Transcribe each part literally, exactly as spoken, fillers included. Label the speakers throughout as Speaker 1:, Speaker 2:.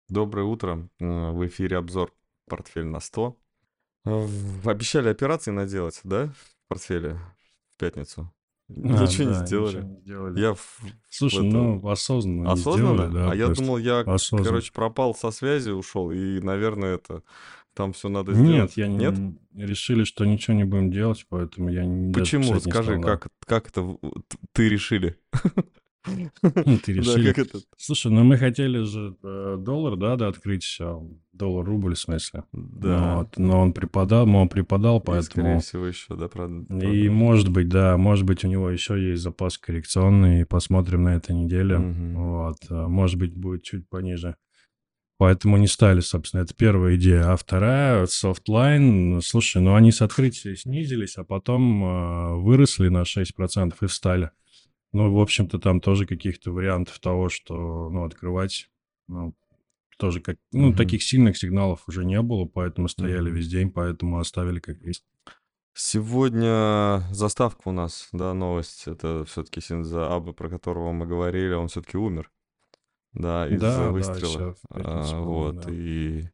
Speaker 1: Доброе утро. М, В эфире обзор «Портфель на сто». Э, в- Обещали операции наделать, да, в портфеле в пятницу?
Speaker 2: А,
Speaker 1: Ничего не
Speaker 2: да, ничего
Speaker 1: сделали.
Speaker 2: не сделали.
Speaker 1: Я в, в
Speaker 2: Слушай,
Speaker 1: это
Speaker 2: ну, осознанно не сделали,
Speaker 1: осознанно,
Speaker 2: да,
Speaker 1: а я
Speaker 2: просто
Speaker 1: думал, я,
Speaker 2: осознанно.
Speaker 1: короче, пропал со связи, ушел, и, наверное, это там все надо
Speaker 2: Нет,
Speaker 1: сделать.
Speaker 2: я
Speaker 1: Нет?
Speaker 2: не... решили, что ничего не будем делать, поэтому я не- даже
Speaker 1: Почему?
Speaker 2: писать не
Speaker 1: Расскажи,
Speaker 2: стал, да.
Speaker 1: как, как это в- т- ты решили?
Speaker 2: Хм, Ты
Speaker 1: Да,
Speaker 2: решили.
Speaker 1: как это?
Speaker 2: Слушай, ну мы хотели же э, доллар, да, да, открыть, а, доллар-рубль в смысле. Ну
Speaker 1: Да.
Speaker 2: вот, но он преподал, но он преподал,
Speaker 1: И, скорее
Speaker 2: поэтому...
Speaker 1: всего, еще, да, прод-
Speaker 2: И
Speaker 1: продолжит.
Speaker 2: может быть, да, может быть, у него еще есть запас коррекционный, посмотрим на этой неделе.
Speaker 1: Мгм.
Speaker 2: Вот, а, может быть, будет чуть пониже. Поэтому не стали, собственно, это первая идея. А вторая, софтлайн, слушай, ну они с открытия снизились, а потом а, выросли на шесть процентов и встали. Ну, в общем-то, там тоже каких-то вариантов того, что, ну, открывать, ну, тоже как, ну,
Speaker 1: Мгм.
Speaker 2: таких сильных сигналов уже не было, поэтому стояли
Speaker 1: Мгм.
Speaker 2: весь день, поэтому оставили как есть.
Speaker 1: Сегодня заставка у нас, да, новость. Это все-таки Синдзо Абе, про которого мы говорили, он все-таки умер, да, из-за
Speaker 2: Да, да,
Speaker 1: выстрела.
Speaker 2: еще в пятницу,
Speaker 1: А,
Speaker 2: по-моему,
Speaker 1: вот,
Speaker 2: да.
Speaker 1: и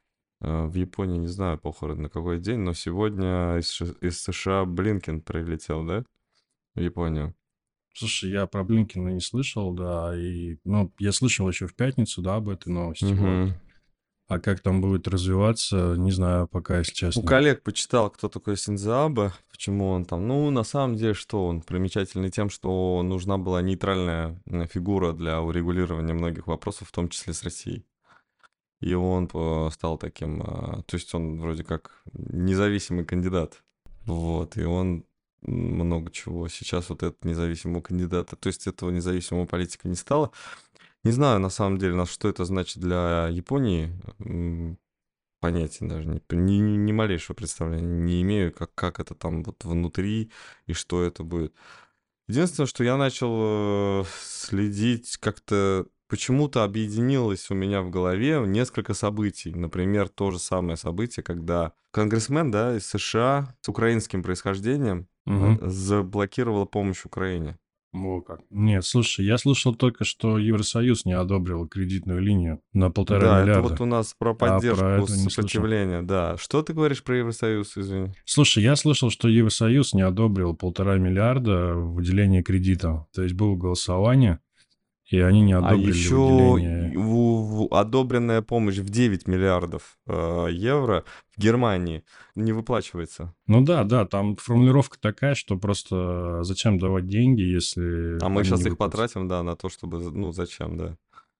Speaker 1: а, в Японии, не знаю, похороны на какой день, но сегодня из, Ш- из США Блинкен прилетел, да, в Японию.
Speaker 2: Слушай, я про Блинкина не слышал, да, и, ну, я слышал еще в пятницу, да, об этой новости, вот.
Speaker 1: Мгм.
Speaker 2: А как там будет развиваться, не знаю пока, если
Speaker 1: У
Speaker 2: честно.
Speaker 1: коллег почитал, кто такой Синдзо Абе, почему он там. Ну, на самом деле, что он примечательный тем, что нужна была нейтральная м, фигура для урегулирования многих вопросов, в том числе с Россией. И он по- стал таким, а, то есть он вроде как независимый кандидат. Вот, и он м, много чего. Сейчас вот этот независимого кандидата, то есть этого независимого политика не стало. Не знаю, на самом деле, на что это значит для Японии. м, Понятия даже не, ни, ни, ни малейшего представления не имею, как, как это там вот внутри и что это будет. Единственное, что я начал э, следить как-то, почему-то объединилось у меня в голове несколько событий. Например, то же самое событие, когда конгрессмен, да, из США с украинским происхождением э,
Speaker 2: Мгм.
Speaker 1: заблокировал помощь Украине.
Speaker 2: Во как. Нет, слушай, я слышал только, что Евросоюз не одобрил кредитную линию на полтора
Speaker 1: Да, это вот
Speaker 2: миллиарда,
Speaker 1: у нас про
Speaker 2: а про
Speaker 1: поддержку
Speaker 2: это не слышал.
Speaker 1: сопротивления, да. Что ты говоришь про Евросоюз, извини?
Speaker 2: Слушай, я слышал, что Евросоюз не одобрил полтора миллиарда в выделение кредита. То есть было голосование, и они не
Speaker 1: А
Speaker 2: одобрили
Speaker 1: еще
Speaker 2: выделение.
Speaker 1: одобренная помощь в девять миллиардов э, евро в Германии не выплачивается.
Speaker 2: Ну да, да, там формулировка такая, что просто зачем давать деньги, если
Speaker 1: А мы
Speaker 2: они не
Speaker 1: сейчас их
Speaker 2: выплатят.
Speaker 1: потратим, да, на то, чтобы, ну, зачем, да.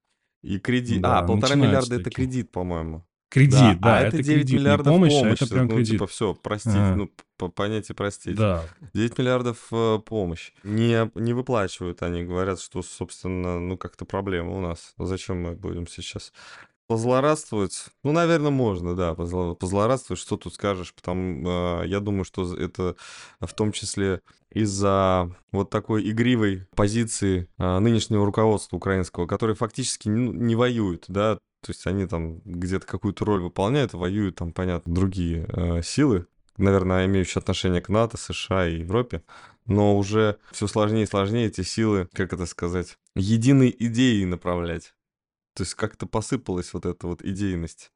Speaker 1: И кредит... А,
Speaker 2: Да,
Speaker 1: полтора
Speaker 2: начинаются
Speaker 1: миллиарда это
Speaker 2: такие.
Speaker 1: кредит, по-моему. Да,
Speaker 2: Кредит,
Speaker 1: а
Speaker 2: да,
Speaker 1: это
Speaker 2: это
Speaker 1: девять
Speaker 2: кредит, не
Speaker 1: миллиардов
Speaker 2: помощь, а
Speaker 1: помощь.
Speaker 2: это
Speaker 1: То есть,
Speaker 2: прям
Speaker 1: ну, типа,
Speaker 2: кредит.
Speaker 1: все, простить,
Speaker 2: Ага,
Speaker 1: ну, по понятие простить.
Speaker 2: да.
Speaker 1: девять миллиардов э, помощь. Не, не выплачивают они, говорят, что, собственно, ну, как-то проблема у нас. Зачем мы будем сейчас позлорадствовать? Ну, наверное, можно, да, позло- позлорадствовать. Что тут скажешь? Потому, э, я думаю, что з- это в том числе из-за вот такой игривой позиции а, нынешнего руководства украинского, которое фактически ну, не воюет, да, то есть они там где-то какую-то роль выполняют, а воюют там, понятно, другие э, силы, наверное, имеющие отношение к НАТО, США и Европе, но уже все сложнее и сложнее эти силы, как это сказать, единой идеей направлять. То есть как-то посыпалась вот эта вот идейность.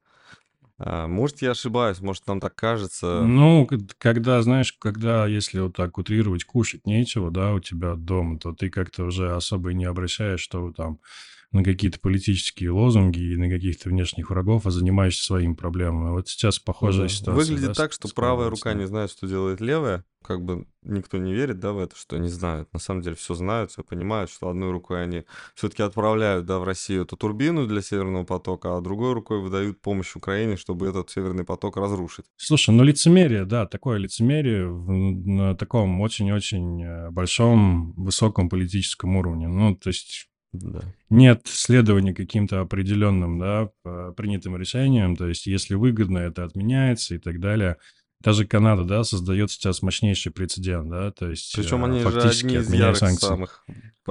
Speaker 1: А, может, я ошибаюсь, может, нам так кажется.
Speaker 2: Ну, к- когда, знаешь, когда, если вот так утрировать, кушать нечего, да, у тебя дома, то ты как-то уже особо и не обращаешь, что вы там на какие-то политические лозунги и на каких-то внешних врагов, а занимаешься своими проблемами. Вот сейчас
Speaker 1: Ну
Speaker 2: похожая
Speaker 1: да.
Speaker 2: ситуация, да,
Speaker 1: Выглядит
Speaker 2: с-
Speaker 1: так, что правая
Speaker 2: складывается,
Speaker 1: рука
Speaker 2: да.
Speaker 1: не знает, что делает левая. Как бы никто не верит, да, в это, что не знают. На самом деле все знают, все понимают, что одной рукой они все-таки отправляют, да, в Россию эту турбину для Северного потока, а другой рукой выдают помощь Украине, чтобы этот Северный поток разрушить.
Speaker 2: Слушай, ну лицемерие, да, такое лицемерие в- на таком очень-очень э, большом, высоком политическом уровне. Ну, то есть
Speaker 1: Да.
Speaker 2: нет следования каким-то определенным, да, по принятым решениям. То есть если выгодно, это отменяется и так далее. Даже Канада, да, создает сейчас мощнейший прецедент, да, то есть
Speaker 1: Причем
Speaker 2: э,
Speaker 1: они же
Speaker 2: фактически
Speaker 1: одни из
Speaker 2: отменяя
Speaker 1: ярых
Speaker 2: санкции.
Speaker 1: самых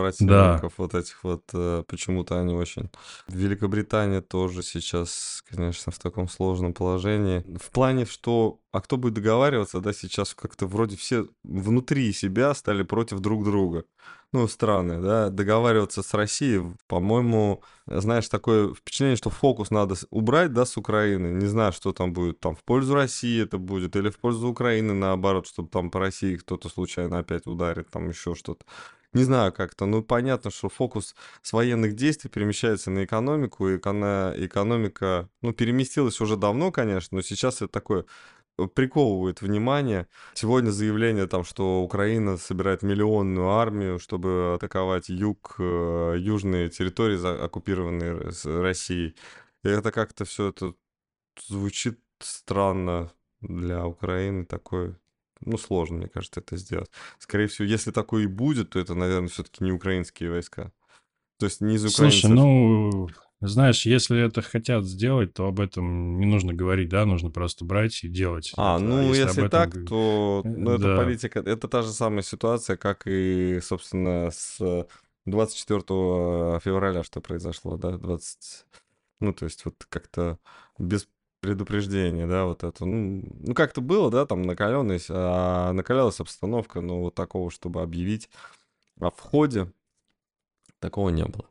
Speaker 2: Да,
Speaker 1: противников вот этих вот, э, почему-то они очень. Великобритания тоже сейчас, конечно, в таком сложном положении. В плане, что а кто будет договариваться, да, сейчас как-то вроде все внутри себя стали против друг друга. Ну, страны, да, договариваться с Россией, в- по-моему, знаешь, такое впечатление, что фокус надо с- убрать, да, с Украины. Не знаю, что там будет, там в пользу России это будет, или в пользу Украины, наоборот, чтобы там по России кто-то случайно опять ударит, там еще что-то. Не знаю как-то, ну, понятно, что фокус с военных действий перемещается на экономику, и эконо- экономика, ну, переместилась уже давно, конечно, но сейчас это такое э, приковывает внимание. Сегодня заявление там, что Украина собирает миллионную армию, чтобы атаковать юг, э, южные территории, за- оккупированные с Россией. И это как-то все это звучит странно для Украины, такое, ну, сложно, мне кажется, это сделать. Скорее всего, если такое и будет, то это, наверное, все-таки не украинские войска. То есть не из
Speaker 2: Слушай,
Speaker 1: украинцев.
Speaker 2: ну, знаешь, если это хотят сделать, то об этом не нужно говорить, да, нужно просто брать и делать
Speaker 1: А,
Speaker 2: это. А
Speaker 1: ну,
Speaker 2: если об
Speaker 1: если
Speaker 2: этом,
Speaker 1: так,
Speaker 2: г-
Speaker 1: то,
Speaker 2: э,
Speaker 1: ну, это
Speaker 2: да,
Speaker 1: политика, это та же самая ситуация, как и, собственно, с двадцать четвёртого февраля, что произошло, да, двадцать, ну, то есть вот как-то без предупреждения, да, вот это, ну, ну как-то было, да, там накаленность, а, накалялась обстановка, но вот такого, чтобы объявить о входе, такого не было.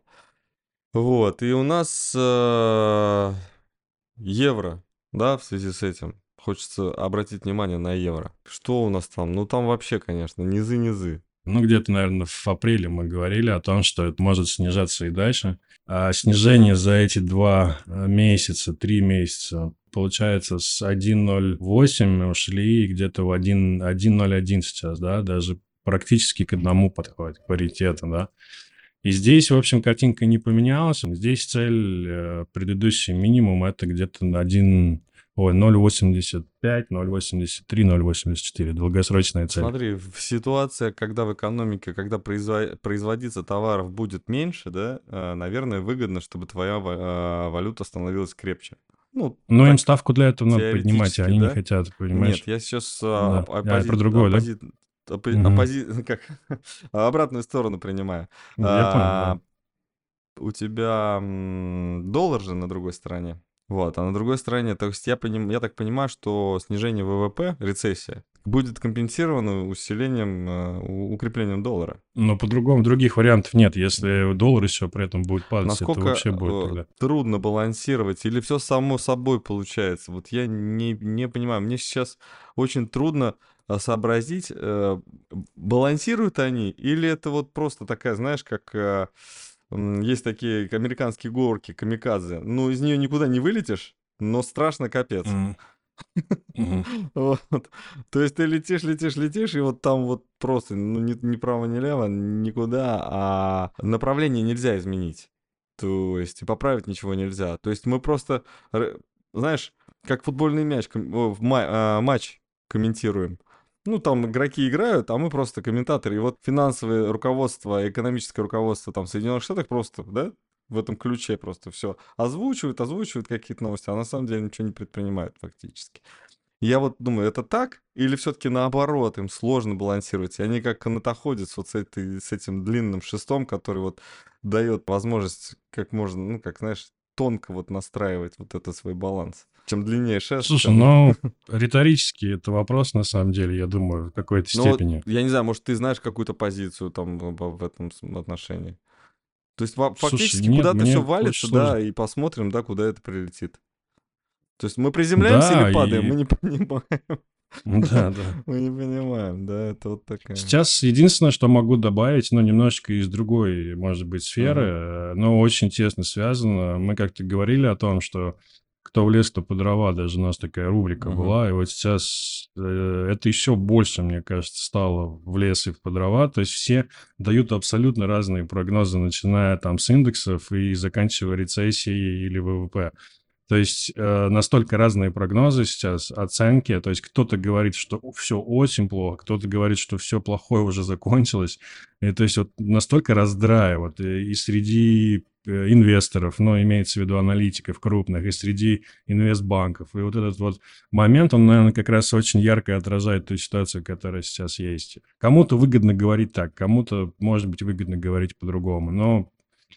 Speaker 1: Вот, и у нас э, евро, да, в связи с этим. Хочется обратить внимание на евро. Что у нас там? Ну, там вообще, конечно, низы-низы.
Speaker 2: ну, где-то, наверное, в апреле мы говорили о том, что это может снижаться и дальше. А снижение за эти два э, месяца, три месяца, получается, с один ноль восемь мы ушли где-то в один один ноль один сейчас, да, даже практически к одному подходит, к паритету, да. И здесь, в общем, картинка не поменялась. Здесь цель, э, предыдущий минимум, это где-то на один, ой, ноль восемьдесят пять, ноль восемьдесят три, ноль восемьдесят четыре. Долгосрочная цель.
Speaker 1: Смотри, в ситуация, когда в экономике, когда произво- производиться товаров будет меньше, да, э, наверное, выгодно, чтобы твоя ва- а, валюта становилась крепче. Ну,
Speaker 2: Но им
Speaker 1: так
Speaker 2: ставку для этого надо поднимать, а
Speaker 1: теоретически,
Speaker 2: они не
Speaker 1: да?
Speaker 2: хотят,
Speaker 1: Нет,
Speaker 2: понимаешь?
Speaker 1: я сейчас
Speaker 2: Да. А, про
Speaker 1: оппози-
Speaker 2: другое, да?
Speaker 1: оппози- оппо-
Speaker 2: Мгм.
Speaker 1: оппози- как обратную сторону принимаю.
Speaker 2: Я понял,
Speaker 1: А,
Speaker 2: да.
Speaker 1: у тебя м, доллар же на другой стороне. Вот, а на другой стороне, то есть я, поним, я так понимаю, что снижение ВВП, рецессия, будет компенсировано усилением, э, у- укреплением доллара.
Speaker 2: Но по-другому других вариантов нет. Если доллар еще при этом будет падать, это
Speaker 1: Насколько
Speaker 2: вообще будет
Speaker 1: э,
Speaker 2: тогда.
Speaker 1: трудно балансировать, или все само собой получается? Вот я не, не понимаю, мне сейчас очень трудно э, сообразить, э, балансируют они, или это вот просто такая, знаешь, как э, м, есть такие американские горки, камикадзе, ну, из нее никуда не вылетишь, но страшно капец.
Speaker 2: Мгм. Мгм.
Speaker 1: Вот. То есть ты летишь, летишь, летишь, и вот там вот просто, ну, ни, ни право, ни лево, никуда, а направление нельзя изменить. То есть и поправить ничего нельзя. То есть мы просто, р- знаешь, как футбольный мяч, ком- о, в ма- а, матч комментируем. Ну, там игроки играют, а мы просто комментаторы. И вот финансовое руководство, экономическое руководство там в Соединенных Штатах просто, да, в этом ключе просто все озвучивают, озвучивают какие-то новости, а на самом деле ничего не предпринимают фактически. Я вот думаю, это так? Или все-таки наоборот, им сложно балансировать? И они как канатоходец вот с, этой, с этим длинным шестом, который вот дает возможность как можно, ну, как, знаешь, тонко вот настраивать вот этот свой баланс. Чем длиннее шест,
Speaker 2: Слушай,
Speaker 1: тем...
Speaker 2: ну, риторически это вопрос, на самом деле, я думаю, в какой-то
Speaker 1: Ну вот,
Speaker 2: степени.
Speaker 1: я не знаю, может, ты знаешь какую-то позицию там в, в- в этом с- отношении? То есть во-
Speaker 2: Слушай,
Speaker 1: фактически
Speaker 2: нет,
Speaker 1: куда-то все
Speaker 2: мне
Speaker 1: валится,
Speaker 2: очень
Speaker 1: да,
Speaker 2: сложно.
Speaker 1: и посмотрим, да, куда это прилетит. То есть мы приземляемся или
Speaker 2: Да,
Speaker 1: падаем, мы
Speaker 2: и
Speaker 1: не понимаем.
Speaker 2: да, да.
Speaker 1: Мы не понимаем, да, это вот такая.
Speaker 2: Сейчас единственное, что могу добавить, ну, немножечко из другой, может быть, сферы,
Speaker 1: Ага.
Speaker 2: э, но очень тесно связано. Мы как-то говорили о том, что кто в лес, кто по дрова, даже у нас такая рубрика
Speaker 1: Мгм.
Speaker 2: была, и вот сейчас э, это еще больше, мне кажется, стало в лес и в по дрова. То есть все дают абсолютно разные прогнозы, начиная там с индексов и заканчивая рецессией или ВВП. То есть э, настолько разные прогнозы сейчас, оценки. То есть кто-то говорит, что все очень плохо, кто-то говорит, что все плохое уже закончилось. И то есть вот настолько раздрая вот э, и среди э, инвесторов, ну, имеется в виду аналитиков крупных, и среди инвестбанков. И вот этот вот момент, он, наверное, как раз очень ярко отражает ту ситуацию, которая сейчас есть. Кому-то выгодно говорить так, кому-то, может быть, выгодно говорить по-другому. Но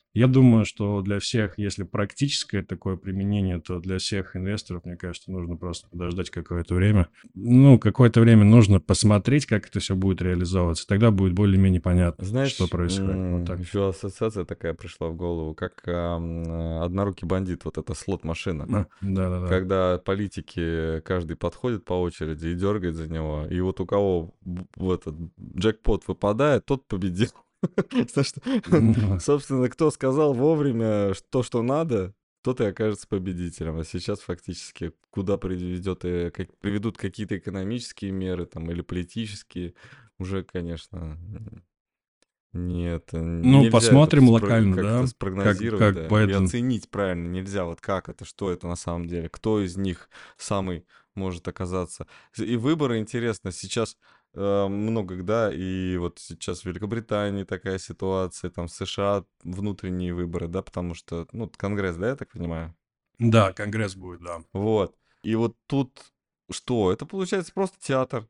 Speaker 2: Я думаю, что для всех, если практическое такое применение, то для всех инвесторов, мне кажется, нужно просто подождать какое-то время. Ну, какое-то время нужно посмотреть, как это все будет реализовываться. Тогда будет более-менее понятно, что
Speaker 1: Знаешь,
Speaker 2: происходит. Вот так.
Speaker 1: еще ассоциация такая пришла в голову, как ам, э, «Однорукий бандит», вот эта слот-машина.
Speaker 2: А, Да-да-да.
Speaker 1: Когда политики, каждый подходит по очереди и дергает за него, и вот у кого в в этот джекпот выпадает, тот победил. Потому что,
Speaker 2: Ну,
Speaker 1: собственно, кто сказал вовремя ш- то, что надо, тот и окажется победителем. А сейчас фактически куда приведет и как, приведут какие-то экономические меры там или политические, уже, конечно, м, нет, э,
Speaker 2: ну,
Speaker 1: нельзя это
Speaker 2: посмотрим
Speaker 1: спро-
Speaker 2: локально,
Speaker 1: как-то
Speaker 2: да, как,
Speaker 1: спрогнозировать,
Speaker 2: как
Speaker 1: да, и
Speaker 2: Байден.
Speaker 1: оценить правильно нельзя, вот как это, что это на самом деле, кто из них самый может оказаться. С- И выборы интересно, сейчас э, много, да, и вот сейчас в Великобритании такая ситуация, там в США внутренние выборы, да, потому что, ну, Конгресс, да, я так понимаю?
Speaker 2: Да, Конгресс будет, да.
Speaker 1: Вот. И вот тут что? Это получается просто театр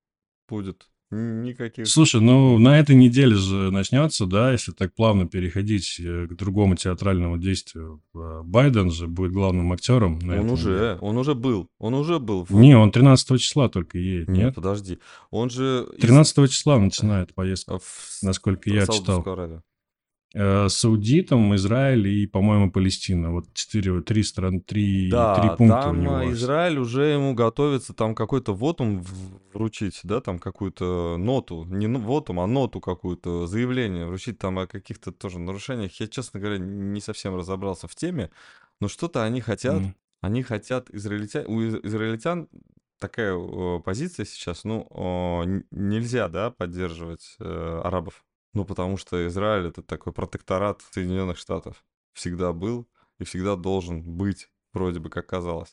Speaker 1: будет. Н- Никаких...
Speaker 2: Слушай, ну на этой неделе же начнется, да, если так плавно переходить э, к другому театральному действию. э, Байден же будет главным актером на
Speaker 1: Он
Speaker 2: этой неделе.
Speaker 1: уже, он уже был, он уже был в...
Speaker 2: Не, он тринадцатого числа только едет,
Speaker 1: Нет,
Speaker 2: нет?
Speaker 1: подожди. Он же из
Speaker 2: Тринадцатого числа начинает
Speaker 1: э,
Speaker 2: поездку,
Speaker 1: в С-
Speaker 2: насколько я читал.
Speaker 1: Саудовскую Аравию.
Speaker 2: Э, Саудитом, Израиль и, по-моему, Палестина. Вот четыре, три страны, три, три
Speaker 1: Да,
Speaker 2: пункта у
Speaker 1: там
Speaker 2: него.
Speaker 1: а,
Speaker 2: во вс-
Speaker 1: Израиль уже ему готовится там какой-то вотум в- вручить, да, там какую-то ноту, не ну- вотум, а ноту какую-то, заявление вручить там о каких-то тоже нарушениях. Я, честно говоря, не совсем разобрался в теме, но что-то они хотят,
Speaker 2: М,
Speaker 1: они хотят израильтян, у из- израильтян такая о, позиция сейчас, ну, о, н- нельзя, да, поддерживать э, арабов, ну, потому что Израиль это такой протекторат Соединенных Штатов, всегда был и всегда должен быть, вроде бы как казалось.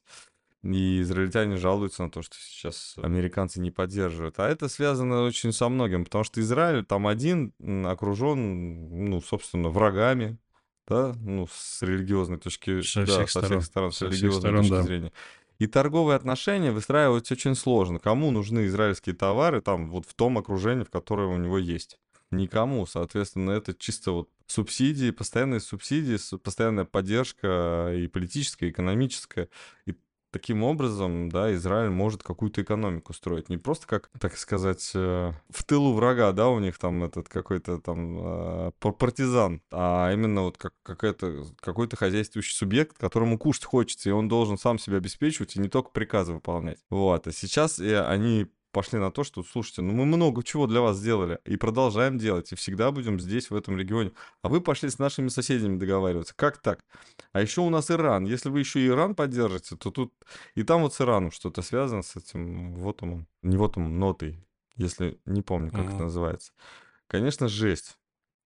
Speaker 1: И израильтяне жалуются на то, что сейчас американцы не поддерживают. А это связано очень со многим, потому что Израиль там один м, окружен, ну, собственно, врагами, да, ну, с религиозной точки,
Speaker 2: Со
Speaker 1: да,
Speaker 2: всех
Speaker 1: со всех
Speaker 2: сторон.
Speaker 1: сторон, с
Speaker 2: Со всех
Speaker 1: религиозной
Speaker 2: сторон,
Speaker 1: точки
Speaker 2: да.
Speaker 1: зрения. И торговые отношения выстраивать очень сложно. Кому нужны израильские товары там вот в том окружении, в которое у него есть? Никому. Соответственно, это чисто вот субсидии, постоянные субсидии, с- постоянная поддержка и политическая, и экономическая. И таким образом, да, Израиль может какую-то экономику строить. Не просто как, так сказать, э, в тылу врага, да, у них там этот какой-то там э, пар- партизан, а именно вот как какая-то, какой-то хозяйствующий субъект, которому кушать хочется, и он должен сам себя обеспечивать и не только приказы выполнять. Вот. А сейчас э, они пошли на то, что, слушайте, ну мы много чего для вас сделали и продолжаем делать, и всегда будем здесь, в этом регионе. А вы пошли с нашими соседями договариваться. Как так? А еще у нас Иран. Если вы еще и Иран поддержите, то тут и там вот с Ираном что-то связано с этим вотумом. Не вотумом, нотой, если не помню, как это
Speaker 2: Мгм.
Speaker 1: называется. Конечно, жесть.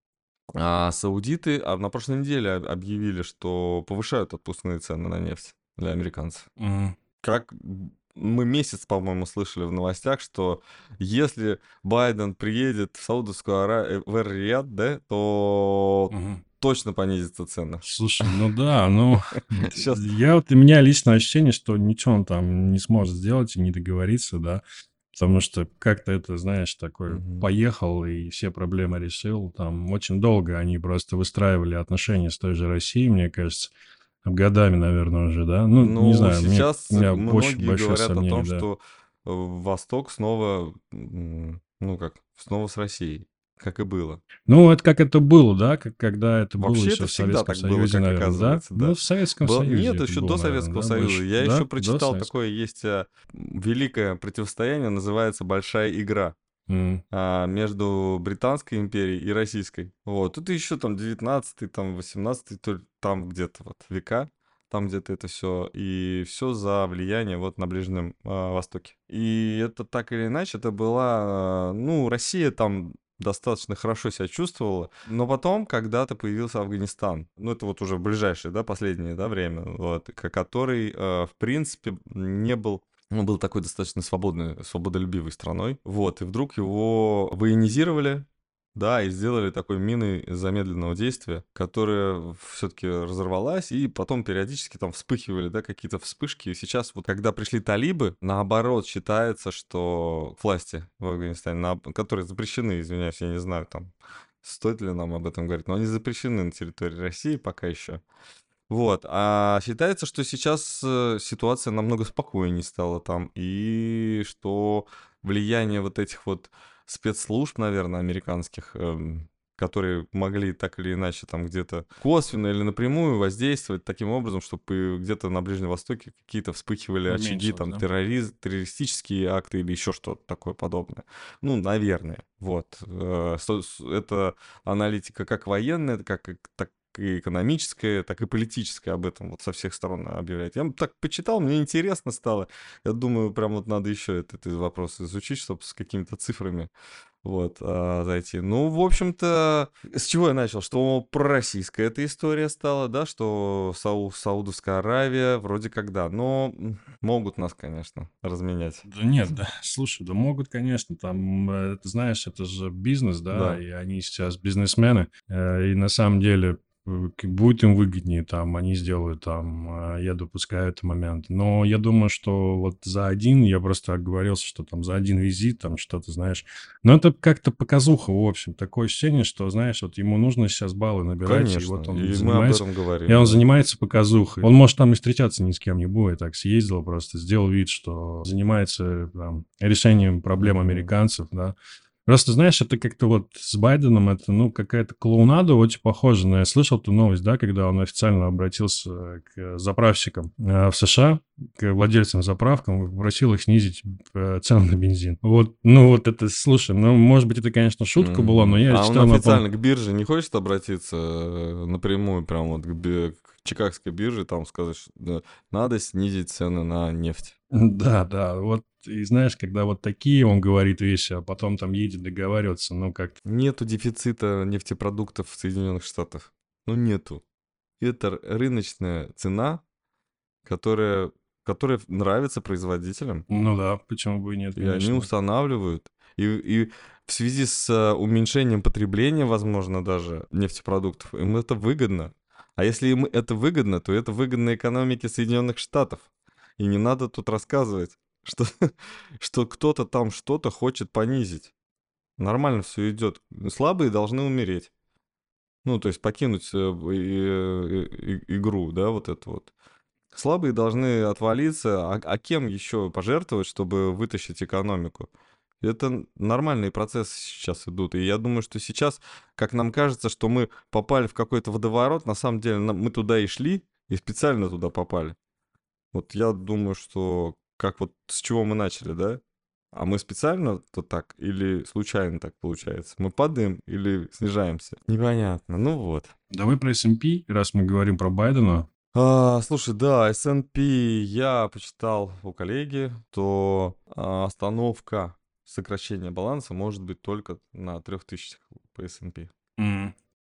Speaker 1: А саудиты а на прошлой неделе об- объявили, что повышают отпускные цены на нефть для американцев.
Speaker 2: Мгм.
Speaker 1: Как м, мы месяц, по-моему, слышали в новостях, что если Байден приедет в Саудовскую Аравию, в Эр-Рияд, да, то
Speaker 2: Мгм.
Speaker 1: точно понизятся цены.
Speaker 2: Слушай, ну да, ну, д-
Speaker 1: Сейчас.
Speaker 2: я вот, у меня личное ощущение, что ничего он там не сможет сделать и не договориться, да, потому что как-то это, знаешь, такой поехал и все проблемы решил. Там очень долго они просто выстраивали отношения с той же Россией, мне кажется, годами, наверное, уже, да. Ну, не
Speaker 1: Ну,
Speaker 2: знаю, мне,
Speaker 1: сейчас
Speaker 2: у меня очень
Speaker 1: многие
Speaker 2: большое
Speaker 1: говорят о
Speaker 2: сомнение,
Speaker 1: том,
Speaker 2: да.
Speaker 1: что э, Восток снова, м, ну как, снова с Россией, как и было.
Speaker 2: Ну, это как это было, да, как когда это было
Speaker 1: Вообще
Speaker 2: еще
Speaker 1: это
Speaker 2: в
Speaker 1: всегда
Speaker 2: Советском
Speaker 1: так было,
Speaker 2: Союзе,
Speaker 1: как
Speaker 2: наверное, да?
Speaker 1: оказывается,
Speaker 2: Ну,
Speaker 1: да.
Speaker 2: в Советском
Speaker 1: Был...
Speaker 2: Союзе
Speaker 1: Нет,
Speaker 2: это
Speaker 1: еще
Speaker 2: было,
Speaker 1: до
Speaker 2: наверное,
Speaker 1: Советского
Speaker 2: да,
Speaker 1: Союза.
Speaker 2: больше,
Speaker 1: Я еще
Speaker 2: да, до
Speaker 1: прочитал,
Speaker 2: Советского.
Speaker 1: такое есть а, м, великое противостояние, называется «Большая игра»
Speaker 2: М,
Speaker 1: а, между Британской империей и Российской. Вот. Тут еще там девятнадцатый, там восемнадцатый, то ли там где-то вот века, там где-то это все, и все за влияние вот на Ближнем а, Востоке. И это так или иначе, это была, а, ну, Россия там достаточно хорошо себя чувствовала, но потом когда-то появился Афганистан, ну, это вот уже в ближайшее, да, последнее, да, время, вот, ко- который, э, в принципе, не был он был такой достаточно свободной, свободолюбивой страной. Вот, и вдруг его военизировали, да, и сделали такой миной замедленного действия, которая все-таки разорвалась, и потом периодически там вспыхивали, да, какие-то вспышки. И сейчас вот, когда пришли талибы, наоборот, считается, что к власти в Афганистане, на- которые запрещены, извиняюсь, я не знаю, там, стоит ли нам об этом говорить, но они запрещены на территории России пока еще. Вот, а считается, что сейчас э, ситуация намного спокойнее стала там, и что влияние вот этих вот спецслужб, наверное, американских, эм, которые могли так или иначе там где-то косвенно или напрямую воздействовать таким образом, чтобы где-то на Ближнем Востоке какие-то вспыхивали очаги,
Speaker 2: Уменьшилось,
Speaker 1: там,
Speaker 2: да?
Speaker 1: террориз- террористические акты или еще что-то такое подобное. Ну, наверное, вот. Э, со- с- Это аналитика как военная, как и- так и экономическое, так и политическое об этом вот со всех сторон объявляет. Я так почитал, мне интересно стало. Я думаю, прям вот надо еще этот, этот вопрос изучить, чтобы с какими-то цифрами вот а, зайти. Ну, в общем-то, с чего я начал? Что пророссийская эта история стала, да, что Сау- Саудовская Аравия вроде как да, но м, могут нас, конечно, разменять.
Speaker 2: Да нет, да, слушай, да могут, конечно, там, э, ты знаешь, это же бизнес, да,
Speaker 1: Да,
Speaker 2: и они сейчас бизнесмены, э, и на самом деле э, как будет им выгоднее, там, они сделают, там, э, я допускаю этот момент. Но я думаю, что вот за один, я просто оговорился, что там за один визит, там, что-то, знаешь, но это как-то показуха, в общем, такое ощущение, что, знаешь, вот ему нужно сейчас баллы набирать, и
Speaker 1: конечно,
Speaker 2: вот он
Speaker 1: и мы об
Speaker 2: занимается
Speaker 1: этом
Speaker 2: и
Speaker 1: говорим,
Speaker 2: он
Speaker 1: да.
Speaker 2: занимается показухой. Он, может, там и встречаться ни с кем не будет. Так съездил просто, сделал вид, что занимается там, решением проблем
Speaker 1: Мгм.
Speaker 2: американцев, да. Просто, знаешь, это как-то вот с Байденом, это, ну, какая-то клоунада очень похожа. Но я слышал ту новость, да, когда он официально обратился к заправщикам э, в США, к владельцам заправкам, попросил их снизить э, цены на бензин. Вот, ну, вот это, слушай, ну, может быть, это, конечно, шутка была, но
Speaker 1: Мгм.
Speaker 2: я
Speaker 1: А он
Speaker 2: читал на пол...
Speaker 1: официально к бирже не хочет обратиться э, напрямую, прям вот к, би- к Чикагской бирже, там сказать, что да, надо снизить цены на нефть.
Speaker 2: Да, да, вот и знаешь, когда вот такие он говорит вещи, а потом там едет договариваться, ну как-то...
Speaker 1: Нету дефицита нефтепродуктов в Соединенных Штатах. Ну нету. Это р- рыночная цена, которая, которая нравится производителям,
Speaker 2: Ну да, почему бы и нет,
Speaker 1: и они
Speaker 2: конечно.
Speaker 1: устанавливают. И, и в связи с э, уменьшением потребления, возможно, даже нефтепродуктов, им это выгодно. А если им это выгодно, то это выгодно экономике Соединенных Штатов. И не надо тут рассказывать, что, что кто-то там что-то хочет понизить. Нормально все идет. Слабые должны умереть. Ну, то есть покинуть э, и- и- игру, да, вот это вот. Слабые должны отвалиться, а, а кем еще пожертвовать, чтобы вытащить экономику? Это н- нормальные процессы сейчас идут. И я думаю, что сейчас, как нам кажется, что мы попали в какой-то водоворот, на самом деле нам- мы туда и шли, и специально туда попали. Вот я думаю, что как вот с чего мы начали, да? А мы специально то так или случайно так получается? Мы падаем или снижаемся? Непонятно. Ну вот.
Speaker 2: Давай про эс энд пи, раз мы говорим про Байдена.
Speaker 1: А, слушай, да, эс энд пи я почитал у коллеги, то а, остановка сокращения баланса может быть только на трех тысячах по эс энд пи.
Speaker 2: М,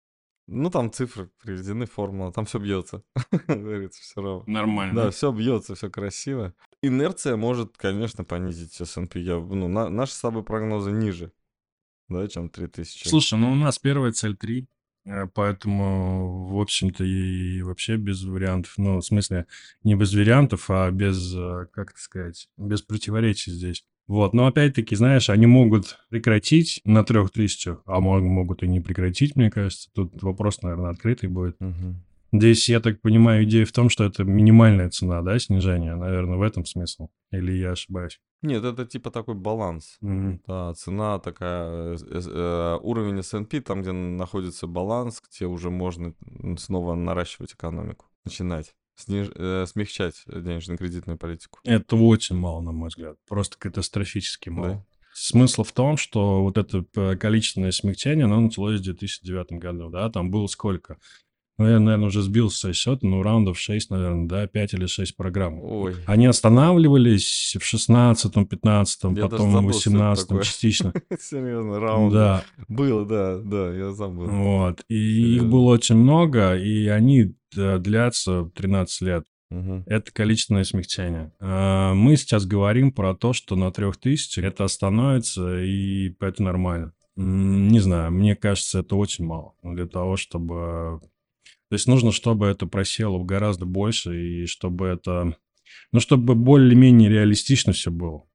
Speaker 1: Ну, там цифры приведены, формула, там все бьется, говорится, все равно. Да,
Speaker 2: Нормально.
Speaker 1: все бьется, все красиво. Инерция может, конечно, понизить эс энд пи. Я, ну, на- наши с тобой прогнозы ниже, да, чем три тысячи.
Speaker 2: Слушай, ну у нас первая цель три, э, поэтому, в общем-то, и вообще без вариантов. Ну, в смысле, не без вариантов, а без, э, как это сказать, без противоречий здесь. Вот, но опять-таки, знаешь, они могут прекратить на трех тысячах, а мог- могут и не прекратить, мне кажется. Тут вопрос, наверное, открытый будет.
Speaker 1: Мгм.
Speaker 2: Здесь, я так понимаю, идея в том, что это минимальная цена, да, снижения? Наверное, в этом смысл. Или я ошибаюсь?
Speaker 1: Нет, это типа такой баланс.
Speaker 2: Мгм.
Speaker 1: Да, цена такая, э, э, э, уровень эс энд пи, там, где находится баланс, где уже можно м, снова наращивать экономику, начинать, сниж- э, смягчать денежно-кредитную политику.
Speaker 2: Это очень мало, на мой взгляд. Просто катастрофически
Speaker 1: Да?
Speaker 2: мало. Смысл в том, что вот это п- количественное смягчение, оно началось в две тысячи девятом году, да, там было сколько? Ну, я, наверное, уже сбился со счета, ну, раундов шесть, наверное, да, пять или шесть программ.
Speaker 1: Ой,
Speaker 2: Они останавливались в шестнадцатом, пятнадцатом,
Speaker 1: я даже
Speaker 2: потом в
Speaker 1: забыл, что это
Speaker 2: восемнадцатом
Speaker 1: такое.
Speaker 2: частично.
Speaker 1: Серьезно, раунды.
Speaker 2: Да,
Speaker 1: Было, да, да, я забыл.
Speaker 2: вот. И их
Speaker 1: Серьезно.
Speaker 2: было очень много, и они э, длятся тринадцать лет.
Speaker 1: Мгм.
Speaker 2: Это количественное смягчение. А, Мы сейчас говорим про то, что на трех тысячах это остановится, и это нормально. М, Не знаю, мне кажется, это очень мало для того, чтобы... То есть нужно, чтобы это просело гораздо больше, и чтобы это... Ну, чтобы более-менее реалистично все было.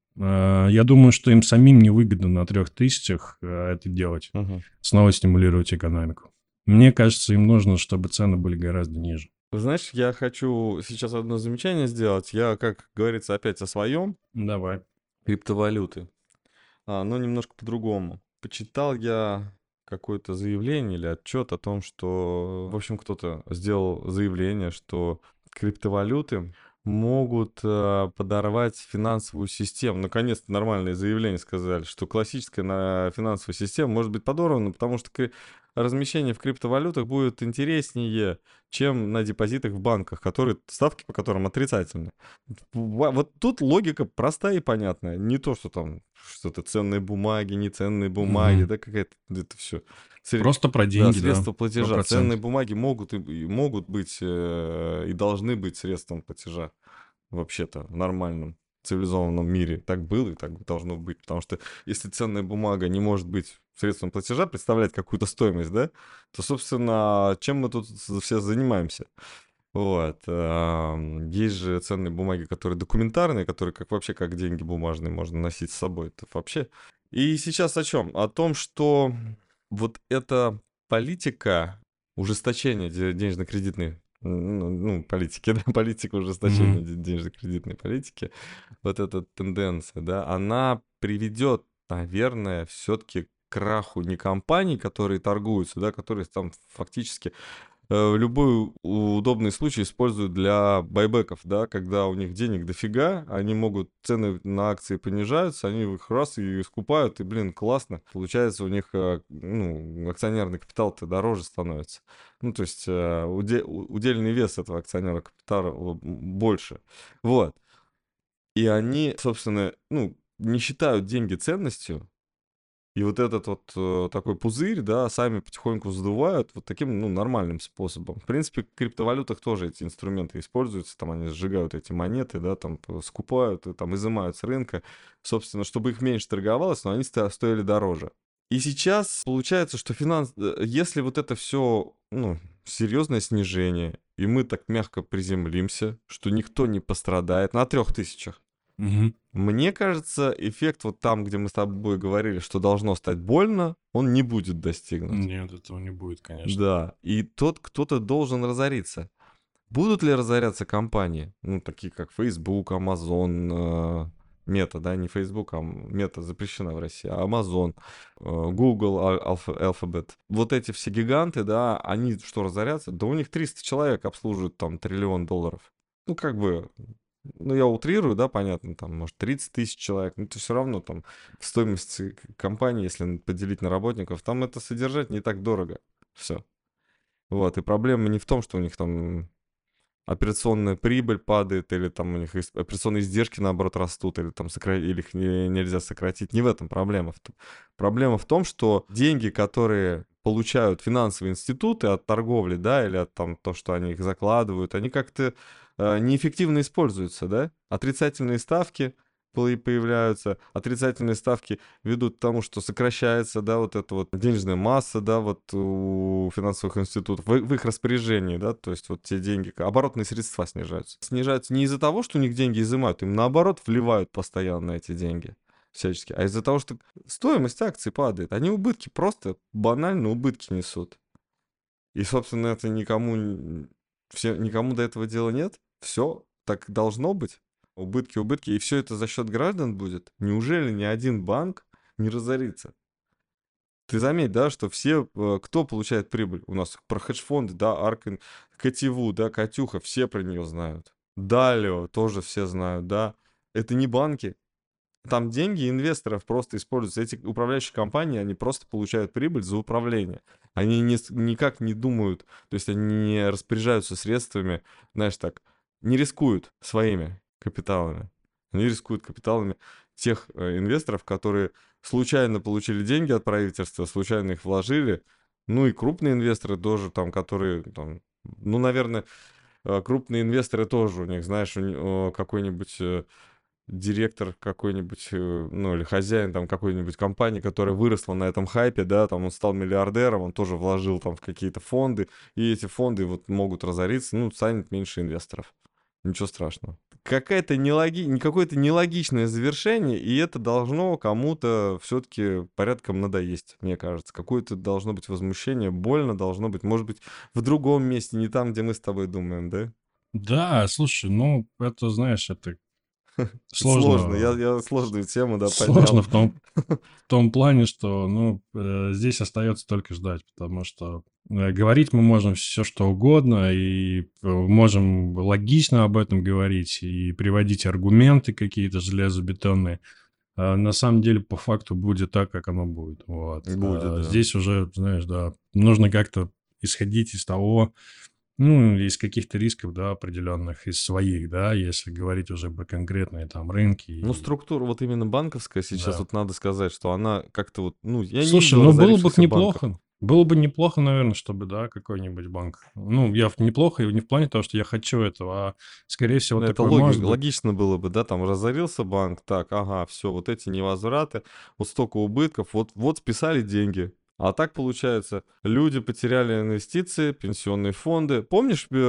Speaker 2: Э, Я думаю, что им самим невыгодно на трех тысячах э, это делать,
Speaker 1: Мгм.
Speaker 2: снова стимулировать экономику. Мне кажется, им нужно, чтобы цены были гораздо ниже.
Speaker 1: Знаешь, я хочу сейчас одно замечание сделать. Я, как говорится, опять о своем.
Speaker 2: Давай.
Speaker 1: Криптовалюты. А, но немножко по-другому. Почитал я какое-то заявление или отчет о том, что, в общем, кто-то сделал заявление, что криптовалюты могут э, подорвать финансовую систему. Наконец-то нормальное заявление сказали, что классическая на финансовая система может быть подорвана, потому что кри- размещение в криптовалютах будет интереснее, чем на депозитах в банках, которые, ставки по которым отрицательные. Ва- Вот тут логика простая и понятная. Не то, что там что-то ценные бумаги, неценные бумаги,
Speaker 2: Мгм.
Speaker 1: да, какая-то это все.
Speaker 2: Просто про
Speaker 1: Да,
Speaker 2: деньги, да,
Speaker 1: средства
Speaker 2: про
Speaker 1: платежа. Ценные
Speaker 2: процент.
Speaker 1: бумаги могут и, и могут быть э, и должны быть средством платежа вообще-то в нормальном цивилизованном мире. Так было и так должно быть. Потому что если ценная бумага не может быть средством платежа, представлять какую-то стоимость, да, то, собственно, чем мы тут все занимаемся? Вот. ам, Есть же ценные бумаги, которые документарные, которые как вообще как деньги бумажные можно носить с собой. Это вообще. И сейчас о чем? О том, что вот эта политика ужесточения де- денежно-кредитной, ну, ну, политики, да, политика ужесточения
Speaker 2: Мгм.
Speaker 1: де- денежно-кредитной политики, вот эта тенденция, да, она приведет, наверное, все-таки к краху не компаний, которые торгуются, да, которые там фактически э, любой удобный случай используют для байбеков, да, когда у них денег дофига, они могут, цены на акции понижаются, они их раз и скупают, и, блин, классно. Получается, у них, э, ну, акционерный капитал-то дороже становится. Ну, то есть э, уде- у- удельный вес этого акционерного капитала м, больше. Вот. И они, собственно, ну, не считают деньги ценностью, и вот этот вот э, такой пузырь, да, сами потихоньку сдувают вот таким, ну, нормальным способом. В принципе, в криптовалютах тоже эти инструменты используются, там они сжигают эти монеты, да, там п- скупают, и там изымают с рынка, собственно, чтобы их меньше торговалось, но они ста- стоили дороже. И сейчас получается, что финанс, э, если вот это все, ну, серьезное снижение, и мы так мягко приземлимся, что никто не пострадает на трех тысячах,
Speaker 2: Мгм.
Speaker 1: мне кажется, эффект вот там, где мы с тобой говорили, что должно стать больно, он не будет достигнут.
Speaker 2: Нет, этого не будет, конечно.
Speaker 1: Да, и тот кто-то должен разориться. Будут ли разоряться компании, ну, такие как Facebook, Amazon, э, Мета, да, не Facebook, а Мета запрещена в России, а Amazon, э, Google, Al- Alpha- Alphabet. Вот эти все гиганты, да, они что, разорятся? Да у них триста человек обслуживают там триллион долларов. Ну, как бы, ну, я утрирую, да, понятно, там, может, тридцать тысяч человек, но это все равно там в стоимости к- компании, если поделить на работников, там это содержать не так дорого. Все. Вот, и проблема не в том, что у них там операционная прибыль падает, или там у них ис- операционные издержки, наоборот, растут, или там сокра- или их не- нельзя сократить. Не в этом проблема. В том- Проблема в том, что деньги, которые получают финансовые институты от торговли, да, или от там то, что они их закладывают, они как-то э, неэффективно используются, да. Отрицательные ставки по- появляются, отрицательные ставки ведут к тому, что сокращается, да, вот эта вот денежная масса, да, вот у финансовых институтов, в, в их распоряжении, да, то есть вот те деньги, оборотные средства снижаются. Снижаются не из-за того, что у них деньги изымают, им наоборот вливают постоянно эти деньги всячески, а из-за того, что стоимость акций падает. Они убытки, просто банально убытки несут. И, собственно, это никому, н- все, никому до этого дела нет. Все так должно быть. Убытки, убытки. И все это за счет граждан будет. Неужели ни один банк не разорится? Ты заметь, да, что все, э, кто получает прибыль? У нас про хедж-фонды, да, Аркен, Кативу, да, Катюха, все про нее знают. Далио тоже все знают, да. Это не банки. Там деньги инвесторов просто используются. Эти управляющие компании, они просто получают прибыль за управление. Они не, с- никак не думают, то есть они не распоряжаются средствами, знаешь, так, не рискуют своими капиталами. Они рискуют капиталами тех э, инвесторов, которые случайно получили деньги от правительства, случайно их вложили. Ну и крупные инвесторы тоже, там, которые, там, ну, наверное, э, крупные инвесторы тоже у них, знаешь, у ни- э, какой-нибудь э, директор какой-нибудь, э, ну, или хозяин там какой-нибудь компании, которая выросла на этом хайпе, да, там он стал миллиардером, он тоже вложил там в какие-то фонды, и эти фонды вот могут разориться, ну, станет меньше инвесторов. Ничего страшного. Какая-то нелоги... Какое-то нелогичное завершение, и это должно кому-то все-таки порядком надоесть, мне кажется. Какое-то должно быть возмущение, больно должно быть, может быть, в другом месте, не там, где мы с тобой думаем, да?
Speaker 2: Да, слушай, ну, это, знаешь, это
Speaker 1: Сложно, я,
Speaker 2: сложно,
Speaker 1: я сложную тему, да,
Speaker 2: сложно
Speaker 1: поднял.
Speaker 2: в том, в том плане, что, ну, э, здесь остается только ждать, потому что э, говорить мы можем все, что угодно, и э, можем логично об этом говорить, и приводить аргументы какие-то железобетонные. А на самом деле, по факту, будет так, как оно будет. Вот.
Speaker 1: Будет,
Speaker 2: А
Speaker 1: да.
Speaker 2: здесь уже, знаешь, да, нужно как-то исходить из того, ну, из каких-то рисков, да, определенных, из своих, да, если говорить уже про конкретные там рынки.
Speaker 1: Ну,
Speaker 2: И,
Speaker 1: структура вот именно банковская сейчас,
Speaker 2: да.
Speaker 1: вот надо сказать, что она как-то вот, ну, я не
Speaker 2: Слушай,
Speaker 1: видел
Speaker 2: ну было бы
Speaker 1: разорившихся банков.
Speaker 2: неплохо. Было бы неплохо, наверное, чтобы, да, какой-нибудь банк. Ну, я в неплохо, и не в плане того, что я хочу этого, а скорее всего
Speaker 1: Ну, это
Speaker 2: такой
Speaker 1: логи-
Speaker 2: может быть.
Speaker 1: логично было бы, да, там разорился банк, так, ага, все, вот эти невозвраты, вот столько убытков, вот, вот списали деньги. А так получается, люди потеряли инвестиции, пенсионные фонды. Помнишь, э,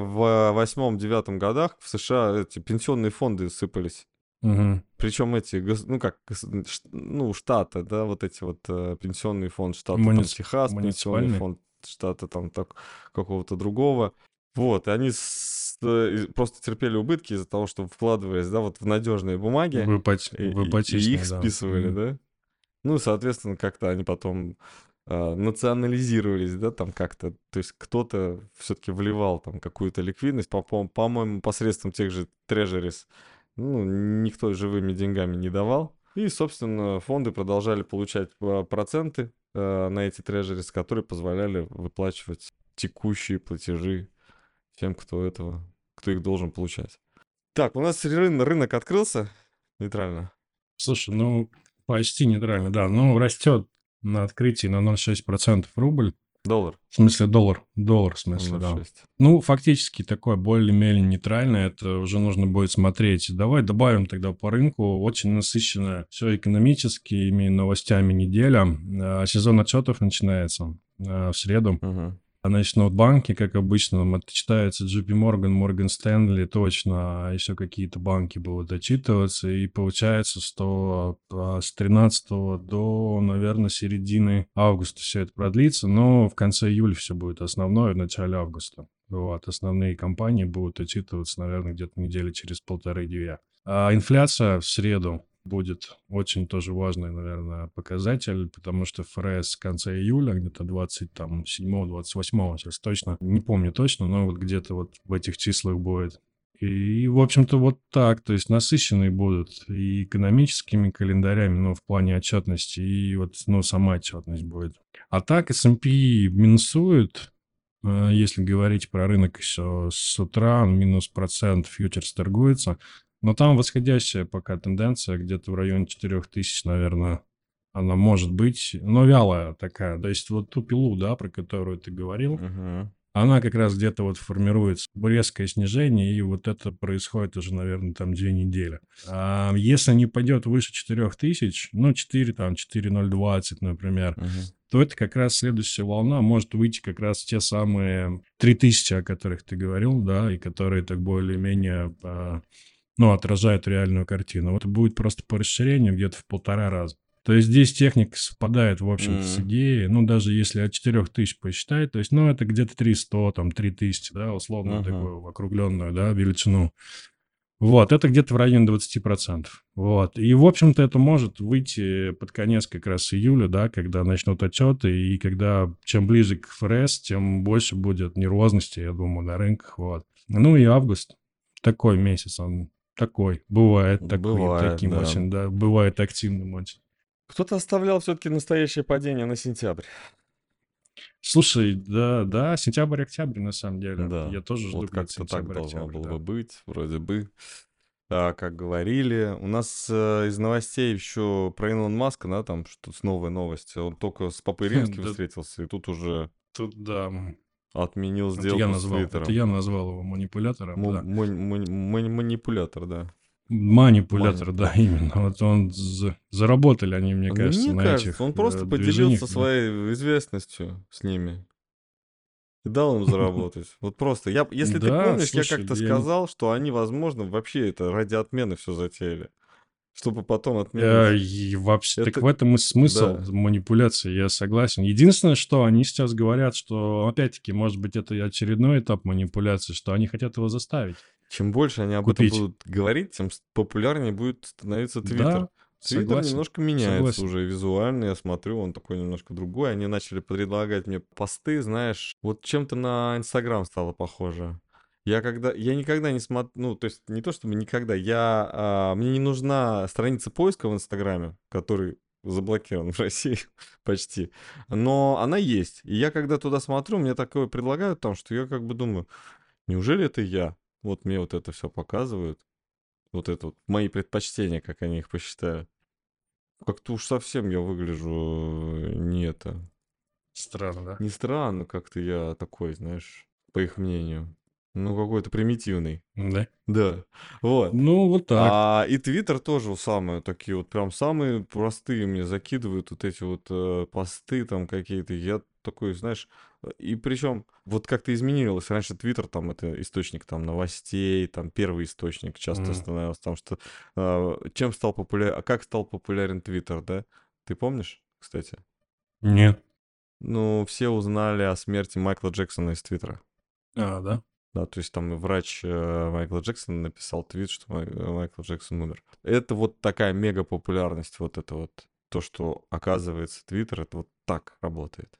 Speaker 1: в восьмом-девятом годах в США эти пенсионные фонды сыпались?
Speaker 2: Мгм.
Speaker 1: Причем эти, гос- ну как, гос- ш- ну, штаты, да, вот эти вот э, пенсионный фонд штата, там,
Speaker 2: Муницип-
Speaker 1: Техас, пенсионный
Speaker 2: Муниципальный.
Speaker 1: фонд штата, там, так, какого-то другого. Вот, и они с- э, и просто терпели убытки из-за того, что вкладывались, да, вот в надежные бумаги,
Speaker 2: В ипот-
Speaker 1: и,
Speaker 2: в
Speaker 1: и- и их
Speaker 2: ипотечный, да.
Speaker 1: списывали,
Speaker 2: Мгм.
Speaker 1: да. Ну, и, соответственно, как-то они потом а, национализировались, да, там как-то, то есть кто-то все-таки вливал там какую-то ликвидность, по- по- по-моему, посредством тех же трежерис, ну, никто живыми деньгами не давал. И, собственно, фонды продолжали получать а, проценты а, на эти трежерис, которые позволяли выплачивать текущие платежи тем, кто этого, кто их должен получать. Так, у нас рын- рынок открылся нейтрально.
Speaker 2: Слушай, ну, почти нейтрально, да. Ну, растет на открытии на ноль целых шесть десятых процента рубль.
Speaker 1: Доллар
Speaker 2: В смысле, доллар. Доллар, в
Speaker 1: на
Speaker 2: смысле, да.
Speaker 1: ноль целых шесть.
Speaker 2: Ну, фактически такое более-менее нейтральное. Это уже нужно будет смотреть. Давай добавим тогда по рынку. Очень насыщенная все экономическими новостями неделя. А, Сезон отчетов начинается а, в среду.
Speaker 1: Мгм.
Speaker 2: А начнут банки, как обычно, там отчитаются джей пи Morgan, Morgan Stanley, точно, а еще какие-то банки будут отчитываться, и получается, что а, с тринадцатого до, наверное, середины августа все это продлится, но в конце июля все будет основное, в начале августа. Вот, основные компании будут отчитываться, наверное, где-то недели через полторы-две. А инфляция в среду будет очень тоже важный, наверное, показатель, потому что эф эр эс в конце июля, где-то двадцать седьмого двадцать восьмого, сейчас точно, не помню точно, но вот где-то вот в этих числах будет. И, в общем-то, вот так, то есть насыщенные будут и экономическими календарями, ну, в плане отчетности, и вот, ну, сама отчетность будет. А так эс энд пи минусует, э, если говорить про рынок еще с утра, минус процент фьючерс торгуется, но там восходящая пока тенденция, где-то в районе четырех тысяч, наверное, она может быть, но вялая такая. То есть вот ту пилу, да, про которую ты говорил,
Speaker 1: Мгм.
Speaker 2: она как раз где-то вот формируется резкое снижение, и вот это происходит уже, наверное, там две недели. А если не пойдет выше четырех тысяч, ну, четыре, там, четыре ноль двадцать, например,
Speaker 1: Мгм.
Speaker 2: то это как раз следующая волна может выйти как раз те самые три тысячи, о которых ты говорил, да, и которые так более-менее, а, ну, отражают реальную картину. Вот будет просто по расширению где-то в полтора раза. То есть здесь техника совпадает, в общем-то, с
Speaker 1: М.
Speaker 2: идеей. Ну, даже если от четырех тысяч посчитать, то есть, ну, это где-то триста, там, три тысячи, да, условную
Speaker 1: Мгм.
Speaker 2: такую округленную, да, величину. Вот, это где-то в районе двадцати процентов. Вот. И, в общем-то, это может выйти под конец как раз июля, да, когда начнут отчеты, и когда чем ближе к эф эр эс, тем больше будет нервозности, я думаю, на рынках. Вот. Ну и август. Такой месяц он такой. Бывает такой,
Speaker 1: Бывает,
Speaker 2: таким
Speaker 1: да.
Speaker 2: очень, да, бывает активным очень.
Speaker 1: Кто-то оставлял все-таки настоящее падение на сентябрь.
Speaker 2: Слушай, да, да, сентябрь-октябрь, на самом деле.
Speaker 1: Да,
Speaker 2: Я тоже жду
Speaker 1: вот
Speaker 2: где-то
Speaker 1: как-то так должно
Speaker 2: сентябрь-октябрь,
Speaker 1: было бы
Speaker 2: да.
Speaker 1: быть, вроде бы. А, как говорили. У нас э, из новостей еще про Илона Маска, да, там что-то с новой новости. Он только с Папой Римским
Speaker 2: Да,
Speaker 1: встретился, и тут уже
Speaker 2: тут, да,
Speaker 1: отменил
Speaker 2: это я
Speaker 1: сделку с
Speaker 2: назвал, это
Speaker 1: Твиттером.
Speaker 2: я назвал его манипулятором,
Speaker 1: Му-
Speaker 2: да.
Speaker 1: мань- мань- мань- манипулятор, да.
Speaker 2: Манипулятор, да,
Speaker 1: Манипулятор.
Speaker 2: именно. Вот он з- заработали они, мне кажется,
Speaker 1: Мне
Speaker 2: на
Speaker 1: кажется,
Speaker 2: этих
Speaker 1: он
Speaker 2: э,
Speaker 1: просто
Speaker 2: движениях,
Speaker 1: поделился
Speaker 2: да.
Speaker 1: своей известностью с ними. И дал им заработать. Вот просто. Я, если ты
Speaker 2: Да,
Speaker 1: помнишь, я
Speaker 2: слушай,
Speaker 1: как-то
Speaker 2: да я не
Speaker 1: сказал, что они, возможно, вообще это ради отмены все затеяли, чтобы потом
Speaker 2: Э,
Speaker 1: отменить.
Speaker 2: и вообще, так
Speaker 1: Это,
Speaker 2: в этом и смысл
Speaker 1: да.
Speaker 2: манипуляции, я согласен. Единственное, что они сейчас говорят, что, опять-таки, может быть, это и очередной этап манипуляции, что они хотят его заставить
Speaker 1: Чем больше они об этом
Speaker 2: купить.
Speaker 1: будут говорить, тем с- популярнее будет становиться Твиттер.
Speaker 2: Да,
Speaker 1: Твиттер
Speaker 2: согласен,
Speaker 1: немножко меняется
Speaker 2: согласен.
Speaker 1: уже визуально, я смотрю, он такой немножко другой. Они начали предлагать мне посты, знаешь, вот чем-то на Инстаграм стало похоже. Я когда, я никогда не смотрю, ну, то есть не то чтобы никогда, я, а, мне не нужна страница поиска в Инстаграме, который заблокирован в России почти, но она есть. И я когда туда смотрю, мне такое предлагают там, что я как бы думаю, неужели это я? Вот мне вот это все показывают, вот это вот мои предпочтения, как они их посчитают. Как-то уж совсем я выгляжу э, не это,
Speaker 2: Странно, да?
Speaker 1: не странно, как-то я такой, знаешь, по их мнению. Ну, какой-то примитивный.
Speaker 2: Да.
Speaker 1: Да, вот.
Speaker 2: Ну, вот так.
Speaker 1: А и Твиттер тоже самые такие вот, прям самые простые мне закидывают вот эти вот э, посты там какие-то. Я такой, знаешь, э, и причем вот как-то изменилось. Раньше Твиттер там это источник там новостей, там первый источник часто
Speaker 2: М.
Speaker 1: становился. Там что, э, чем стал популярен, а как стал популярен Твиттер, да? Ты помнишь, кстати?
Speaker 2: Нет.
Speaker 1: Ну, все узнали о смерти Майкла Джексона из Твиттера.
Speaker 2: А, да?
Speaker 1: Да, то есть там и врач э, Майкла Джексона написал твит, что Май- э, Майкл Джексон умер. Это вот такая мега популярность, вот это вот, то, что оказывается Твиттер, это вот так работает.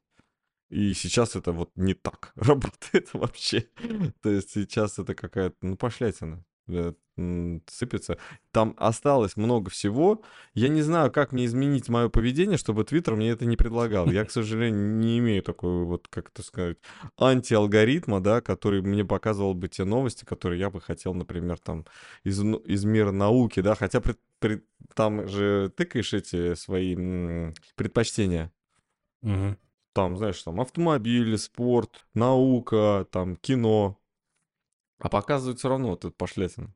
Speaker 1: И сейчас это вот не так работает вообще. То есть сейчас это какая-то, ну, пошлятина. Э, м, Сыпется. Там осталось много всего. Я не знаю, как мне изменить мое поведение, чтобы Твиттер мне это не предлагал. Я, к сожалению, не имею такой вот, как это сказать, антиалгоритма, да, который мне показывал бы те новости, которые я бы хотел, например, там, из, ну- из мира науки, да, хотя пред- пред- там же тыкаешь эти свои м, предпочтения.
Speaker 2: Мгм.
Speaker 1: Там, знаешь, там автомобили, спорт, наука, там кино. А показывают все равно вот эту пошлятину.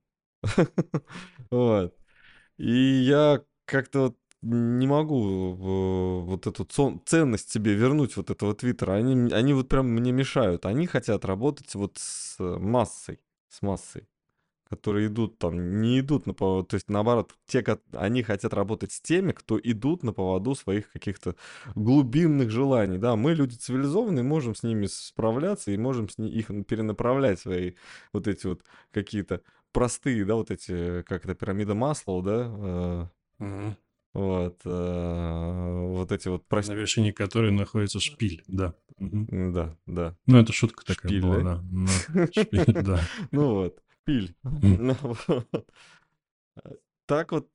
Speaker 1: Вот. И я как-то вот не могу в- вот эту цон- ценность себе вернуть вот этого Твиттера. Они, м- они вот прям мне мешают. Они хотят работать вот с массой, с массой, которые идут там, не идут на поводу, то есть наоборот, те, ко- они хотят работать с теми, кто идут на поводу своих каких-то глубинных желаний, да, мы люди цивилизованные, можем с ними справляться и можем с ни- их перенаправлять свои вот эти вот какие-то простые, да, вот эти, как это, пирамида Маслоу, да, э,
Speaker 2: Мгм.
Speaker 1: вот, э, вот эти вот
Speaker 2: На
Speaker 1: простые,
Speaker 2: вершине которой находится шпиль, да. Мгм.
Speaker 1: да, да,
Speaker 2: Ну, это шутка такая
Speaker 1: шпиль,
Speaker 2: была,
Speaker 1: да,
Speaker 2: да. Ну, шпиль, да.
Speaker 1: ну вот, пиль.
Speaker 2: М.
Speaker 1: Ну вот. Э, Так вот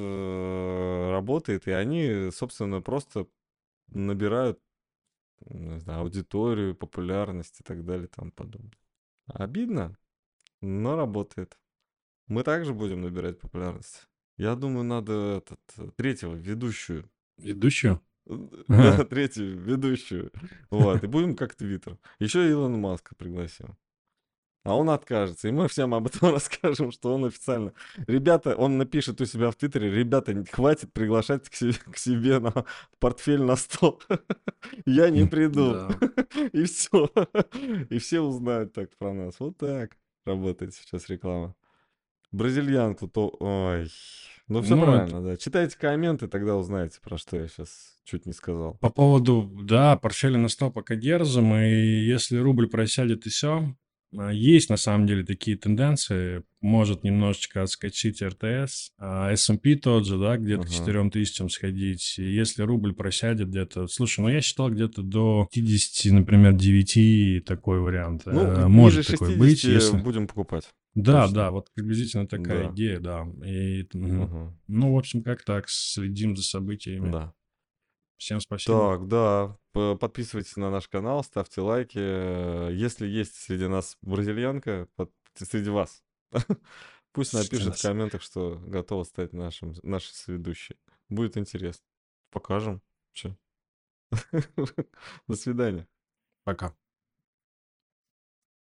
Speaker 1: э, работает, и они, собственно, просто набирают, не знаю, аудиторию, популярность и так далее и тому подобное. Обидно, но работает. Мы также будем набирать популярность. Я думаю, надо этот, э, третьего, ведущую.
Speaker 2: Ведущую?
Speaker 1: э, Да,
Speaker 2: Ага.
Speaker 1: третью ведущую. Вот, и будем как Твиттер. Еще Илона Маска пригласим. А он откажется. И мы всем об этом расскажем, что он официально. Ребята, он напишет у себя в Твиттере, ребята, н- хватит приглашать к себе, к себе на портфель на стол. Я не
Speaker 2: М,
Speaker 1: приду.
Speaker 2: да.
Speaker 1: И все. И все узнают так про нас. Вот так работает сейчас реклама. Бразильянку то... Ой. Ну, все
Speaker 2: Ну, это
Speaker 1: правильно, да. Читайте комменты, тогда узнаете, про что я сейчас чуть не сказал.
Speaker 2: по поводу, да, портфеля на стол пока держим, и если рубль просядет и все, есть на самом деле такие тенденции, может немножечко отскочить эр тэ эс, а эс энд пи тот же, да, где-то к
Speaker 1: Ага.
Speaker 2: четырем тысячам сходить, и если рубль просядет где-то, слушай, ну я считал где-то до пятидесяти, например, девяти такой вариант,
Speaker 1: Ну, г-
Speaker 2: э,
Speaker 1: ниже
Speaker 2: может такой быть,
Speaker 1: шестидесяти
Speaker 2: если...
Speaker 1: будем покупать.
Speaker 2: Да,
Speaker 1: Точно.
Speaker 2: да, вот приблизительно такая
Speaker 1: Да.
Speaker 2: идея, да, и, мгм.
Speaker 1: Ага.
Speaker 2: Ну, в общем, как так, следим за событиями.
Speaker 1: Да.
Speaker 2: Всем спасибо.
Speaker 1: Так, да, п- подписывайтесь на наш канал, ставьте лайки. Э, Если есть среди нас бразильянка, под- среди вас, пусть
Speaker 2: Среди
Speaker 1: напишет в
Speaker 2: нас.
Speaker 1: комментах, что готова стать нашим, нашей соведущей. Будет интересно. Покажем. Че? До свидания.
Speaker 2: Пока.